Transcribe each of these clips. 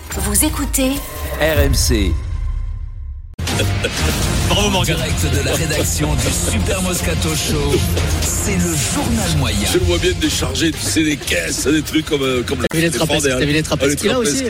Vous écoutez RMC. Bravo Morgan. Direct de la rédaction du Super Moscato Show, c'est le journal moyen. Je le vois bien décharger, tu sais, des caisses, des trucs comme T'as vu les trapèzes qu'il a aussi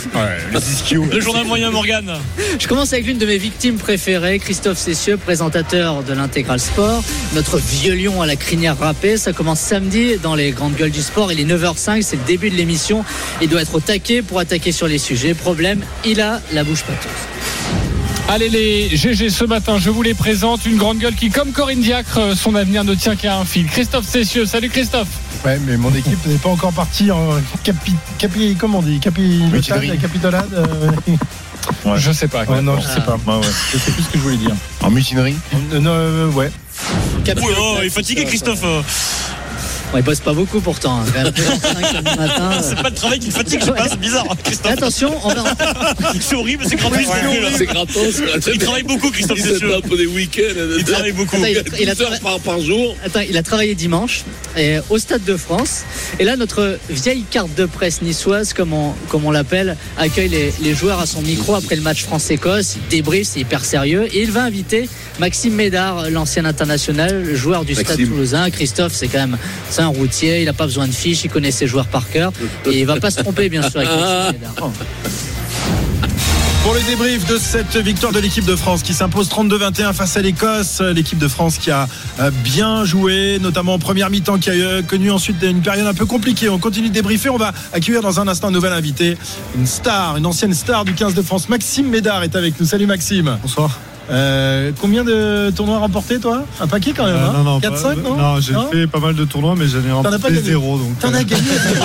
Le journal moyen Morgan. Je commence avec l'une de mes victimes préférées, Christophe Cessieux, présentateur de l'Intégral Sport. Notre vieux lion à la crinière râpée. Ça commence samedi dans les grandes gueules du sport. Il est 9h05, c'est le début de l'émission. Il doit être au taquet pour attaquer sur les sujets. Problème, il a la bouche pâteuse. Allez les GG, ce matin je vous les présente. Une grande gueule qui, comme Corinne Diacre, son avenir ne tient qu'à un fil. Christophe Cessieux, salut Christophe. Ouais, mais mon équipe n'est pas encore partie en comment on dit, capitolade. Ouais. Je sais pas. Non, je sais pas. Ouais. Je sais plus ce que je voulais dire. En mutinerie. Ouais. Oh, il est fatigué Christophe. Ouais, il bosse pas beaucoup pourtant. Hein. Matin, c'est pas le travail qui le fatigue, je sais pas, c'est bizarre. Christophe. Attention, on va. C'est horrible, c'est gratos. C'est gratos. Il travaille beaucoup, Christophe Cessieux. Il se tape des week-ends. Il travaille beaucoup. Attends, il a 12 heures par jour. Attends, il a travaillé dimanche au Stade de France. Et là, notre vieille carte de presse niçoise, comme on l'appelle, accueille les joueurs à son micro après le match France-Écosse. Il débrief, c'est hyper sérieux. Et il va inviter Maxime Médard, l'ancien international, le joueur du Stade Toulousain. Christophe, c'est un routier, il n'a pas besoin de fiches, il connaît ses joueurs par cœur. Et il ne va pas se tromper, bien sûr, avec Maxime Médard. Pour le débrief de cette victoire de l'équipe de France qui s'impose 32-21 face à l'Écosse, l'équipe de France qui a bien joué, notamment en première mi-temps, qui a connu ensuite une période un peu compliquée. On continue de débriefer, on va accueillir dans un instant un nouvel invité, une ancienne star du 15 de France. Maxime Médard est avec nous. Salut Maxime. Bonsoir. Combien de tournois remportés toi? Un paquet quand même, hein? Non, 4-5 non? Non, j'ai fait pas mal de tournois, mais j'en ai remporté 0. T'en as gagné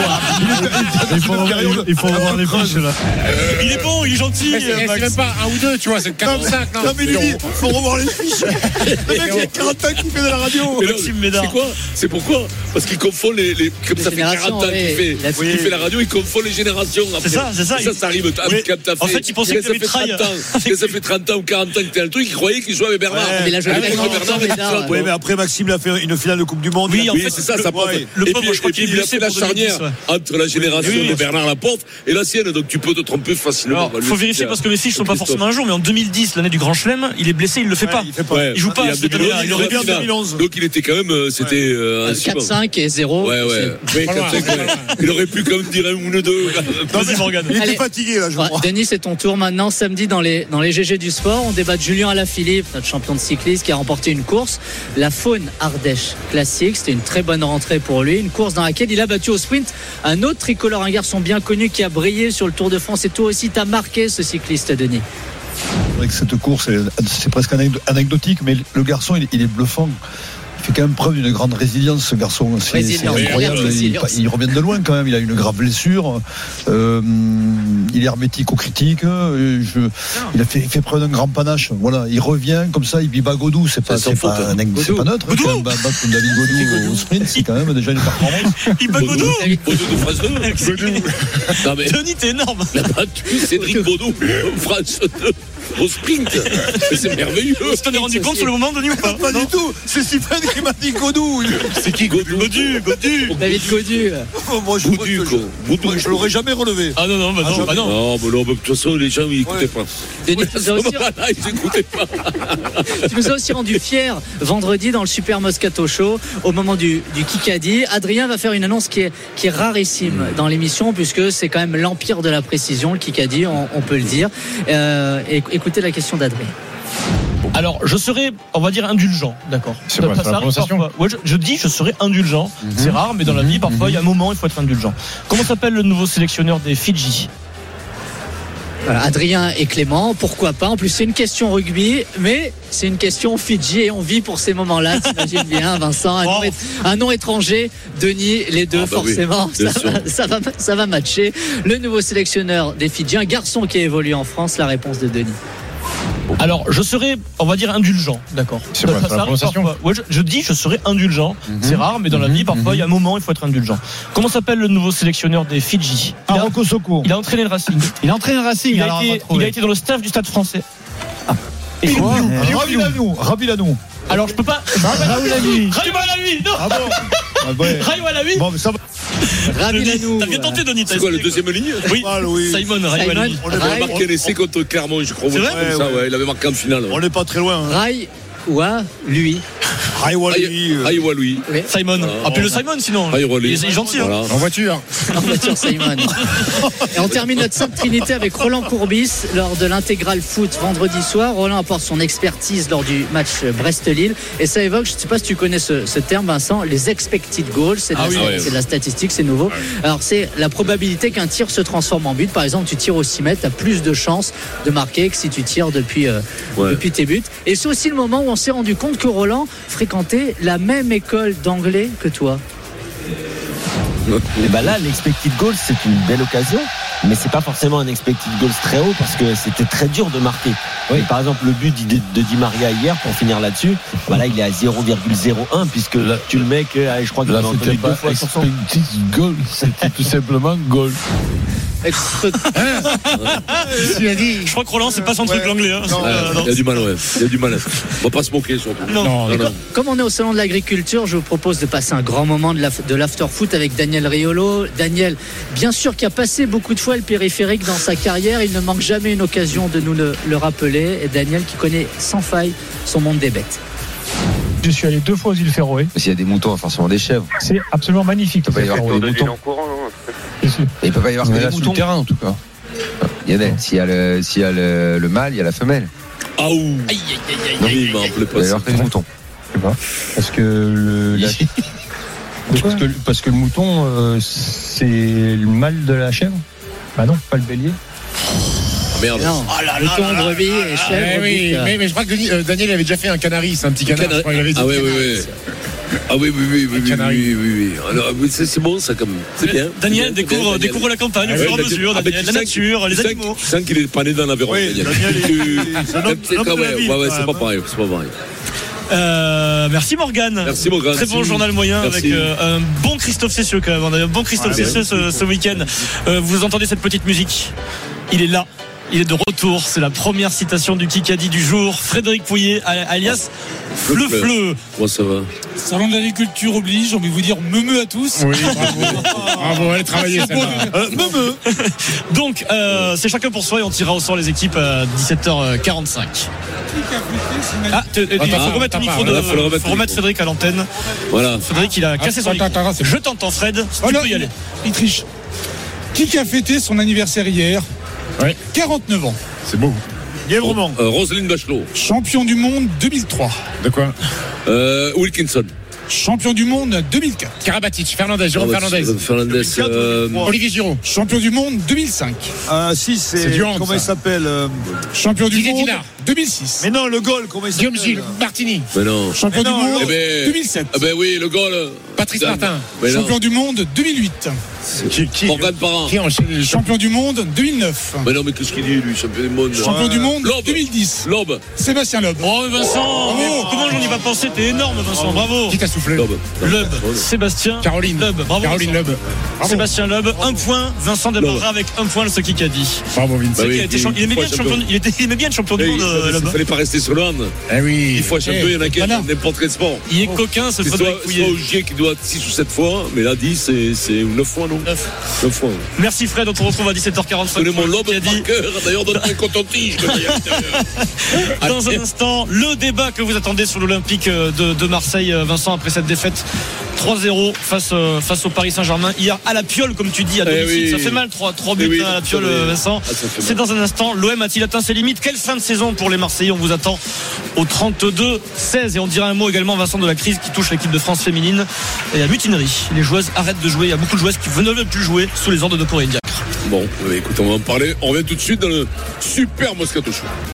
0. Il faut avoir les fiches là. Il est bon, il est gentil. C'est même pas un ou deux, tu vois, c'est 45. Non mais lui, faut revoir les fiches. Le mec il a 40 ans qui fait de la radio. Maxime Médard. C'est quoi? C'est pourquoi? Parce qu'il confond les comme ça fait 40 ans qu'il fait la radio, il confond les générations. C'est ça. Ça arrive quand t'as fait. En fait, il pensait que t'avais 30 ans. Quand ça fait 30 ans ou 40 ans que t'es le truc, il croyait qu'il jouait avec Bernard. Mais il a joué avec Bernard. Oui, mais après Maxime il a fait une finale de Coupe du Monde. Oui, en fait, c'est ça porte. Le Et pauvre, je crois puis qu'il est il a blessé fait la pour 2010, charnière entre la génération de Bernard Laporte et la sienne, donc tu peux te tromper facilement. Il faut vérifier parce que mes fiches sont pas forcément un jour, mais en 2010, l'année du Grand Chelem, il est blessé, il le fait pas. Il joue pas. Il aurait bien en 2011. Donc il était quand même, c'était 4-5 et 0. Ouais. Il aurait pu quand même dire un ou deux. Vas-y Morgan. Il était fatigué là, je crois. Denis, c'est ton tour maintenant. Samedi dans les GG du sport, on débat de Julien Alaphilippe, notre champion de cyclisme qui a remporté une course, la Faune Ardèche Classique. C'était une très bonne rentrée pour lui, une course dans laquelle il a battu au sprint un autre tricolore, un garçon bien connu qui a brillé sur le Tour de France. Et toi aussi t'as marqué ce cycliste, Denis. C'est vrai que cette course c'est presque anecdotique, mais le garçon il est bluffant. Il fait quand même preuve d'une grande résilience, ce garçon. C'est incroyable. Il revient de loin quand même. Il a une grave blessure. Il est hermétique aux critiques. Il fait preuve d'un grand panache. Voilà, il revient comme ça. Il bat Godou. C'est pas neutre. Quand même, battre David Godou au sprint, c'est quand même déjà une performance. Il bat Godou. Godou de France 2. Denis, t'es énorme. Il a battu Cédric Godou, France 2. Au sprint, c'est merveilleux. Tu t'en es rendu compte sur le moment, Denis, ou pas? Pas du tout. C'est Stephen qui m'a dit Godou. C'est qui Godou? David Godu. Moi je l'aurais jamais relevé. Ah non. Non, de toute façon les gens ils n'écoutaient pas. Denis, ils n'écoutaient pas. Tu nous as aussi rendu fiers vendredi dans le Super Moscato Show au moment du Kikadi. Adrien va faire une annonce qui est rarissime dans l'émission, puisque c'est quand même l'empire de la précision, le Kikadi, on peut le dire. Écoutez la question d'Adrien. Alors, je serais, on va dire, indulgent, d'accord. C'est quoi, c'est la prononciation ? Ouais, je dis, je serais indulgent. C'est rare, mais dans la vie, parfois, il y a un moment, il faut être indulgent. Comment s'appelle le nouveau sélectionneur des Fidji ? Voilà, Adrien et Clément, pourquoi pas. En plus, c'est une question rugby, mais c'est une question Fidji et on vit pour ces moments-là. T'imagines bien, Vincent, un nom étranger. Denis, les deux, forcément, oui, ça va matcher. Le nouveau sélectionneur des Fidji, un garçon qui a évolué en France. La réponse de Denis. Alors, je serais, on va dire, indulgent, d'accord. C'est quoi, c'est la prononciation ? Ouais, je dis, je serais indulgent. C'est rare, mais dans la vie, parfois, il y a un moment, il faut être indulgent. Comment s'appelle le nouveau sélectionneur des Fidji ? Rocco Soko. Il a entraîné le Racing. Il a été dans le staff du Stade Français. Et quoi ? Rabi Lano. Alors, je peux pas. Raoul Lamy. Non. Ah bon ? Rai Walawi. Bon, mais ça va. Rabilanou. T'as bien tenté, Denis. C'est quoi, le deuxième ligne? Oui. Simon Rai Walawi. Il avait marqué un essai contre Clermont, je crois. C'est vrai? Il avait marqué en finale. On n'est pas très loin. Rai Wa lui. Rai Walawi. Oui. Simon. Appelez-le Simon sinon. Il est gentil. Voilà. En voiture. En voiture, Simon. Et on termine notre Sainte Trinité avec Roland Courbis lors de l'intégral foot vendredi soir. Roland apporte son expertise lors du match Brest-Lille et ça évoque, je ne sais pas si tu connais ce terme, Vincent, les expected goals. C'est de la statistique, c'est nouveau. Alors c'est la probabilité qu'un tir se transforme en but. Par exemple, tu tires au 6 mètres, tu as plus de chances de marquer que si tu tires depuis tes buts. Et c'est aussi le moment où on s'est rendu compte que Roland fréquentait la même école d'anglais que toi. Et ben là, l'expected goals, c'est une belle occasion, mais c'est pas forcément un expected goals très haut parce que c'était très dur de marquer. Oui. Par exemple, le but de Di Maria hier, pour finir là-dessus, là il est à 0,01 puisque là, tu le mets que, je crois que là, c'était pas 2 fois sur son goal, c'était tout simplement goal. Je crois que Roland, c'est pas son truc l'anglais. Hein. Il y a du mal, il y a du mal. On va pas se moquer surtout. Non. Comme on est au salon de l'agriculture, je vous propose de passer un grand moment de l'after-foot avec Daniel Riolo. Daniel, bien sûr, qui a passé beaucoup de fois le périphérique dans sa carrière, il ne manque jamais une occasion de nous le rappeler. Et Daniel qui connaît sans faille son monde des bêtes. Je suis allé 2 fois aux îles Féroé. S'il y a des moutons, il y a forcément des chèvres. C'est absolument magnifique. Il ne peut pas y avoir que des moutons. Il ne peut pas y avoir que des moutons. Terrain, en tout cas. S'il y a le mâle, il y a la femelle. Ah ouh. Il va y avoir que des moutons. Je sais pas. Parce que le mouton, c'est le mâle de la chèvre. Bah non, pas le bélier. Merde. Non, mouton, brebis et chèvre. Mais je crois que Daniel avait déjà fait un canari, c'est un petit canard. Oui. Alors, c'est bon ça comme. C'est bien. Daniel découvre la campagne au fur et à mesure, la nature, les animaux. Tu sens qu'il est pas né dans l'Aveyron. Oui, c'est pas pareil. Merci Morgane. Très bon journal moyen. Merci. Avec un bon Christophe Cessieux quand même. On a un bon Christophe Cessieux ce week-end. Vous entendez cette petite musique? Il est là. Il est de retour, c'est la première citation du Kikadi du jour. Frédéric Pouillet, alias Fleu. Comment ça va? Salon de l'agriculture oblige, j'ai envie de vous dire meumeux à tous. Oui, bravo, allez travailler celle-là. Meumeux. Donc, c'est chacun pour soi et on tirera au sort les équipes à 17h45. Il faut remettre le micro faut remettre Frédéric à l'antenne. Voilà. Frédéric, il a cassé son micro. Je t'entends, Fred. Tu peux y aller. Il triche. Qui a fêté son anniversaire hier? 49 ans. C'est beau. Guévremont. Roselyne Bachelot. Champion du monde 2003. De quoi? Wilkinson. Champion du monde 2004. Karabatic, Jérôme Fernandez. Olivier Giroud. Champion du monde 2005. C'est du hand. Comment il s'appelle? Champion du monde 2006. Mais non, le goal, comment il s'appelle? Guillaume Gilles Martini. Mais non. Champion du monde 2007. Oui, le goal. Patrice Martin. Champion du monde 2008. Morgane Parent. Champion du monde 2009. Mais non, mais qu'est-ce qu'il dit lui? Champion du monde. Champion du monde 2010. Lobe. Sébastien Lobe. Oh Vincent, comment j'en ai pas pensé? T'es énorme Vincent, bravo. Qui t'a soufflé? Lobe. Sébastien. Caroline Lobe. Bravo. Caroline Lobe. Sébastien Lobe. 1 point. Vincent démarrera avec 1 point ce Kikadi. Bravo Vincent. Il aimait bien le champion du monde. Il ne fallait pas rester sur le hand. Eh oui. 10 fois champion, il y en a qui n'importe quel sport. Il est coquin ce Frédéric Pouillet. Soit au Gier qui doit 6 ou 7 fois, mais là 10 c'est 9 fois non 9 fois. Merci Fred, on te retrouve à 17h45. Donnez mon lobe par cœur, d'ailleurs donne un coton-tige. Dans un instant, le débat que vous attendez sur l'Olympique de Marseille, Vincent, après cette défaite 3-0 face au Paris Saint-Germain hier à la Piole, comme tu dis, à domicile. Ça fait mal 3 buts à la Piole, Vincent. C'est dans un instant. L'OM a-t-il atteint ses limites? Quelle fin de saison pour les Marseillais? On vous attend au 32-16 et on dira un mot également, Vincent, de la crise qui touche l'équipe de France féminine et la mutinerie. Les joueuses arrêtent de jouer. Il y a beaucoup de joueuses qui ne veulent plus jouer sous les ordres de Corinne Diacre. Bon, écoute, on va en parler. On revient tout de suite dans le Super Moscato Show.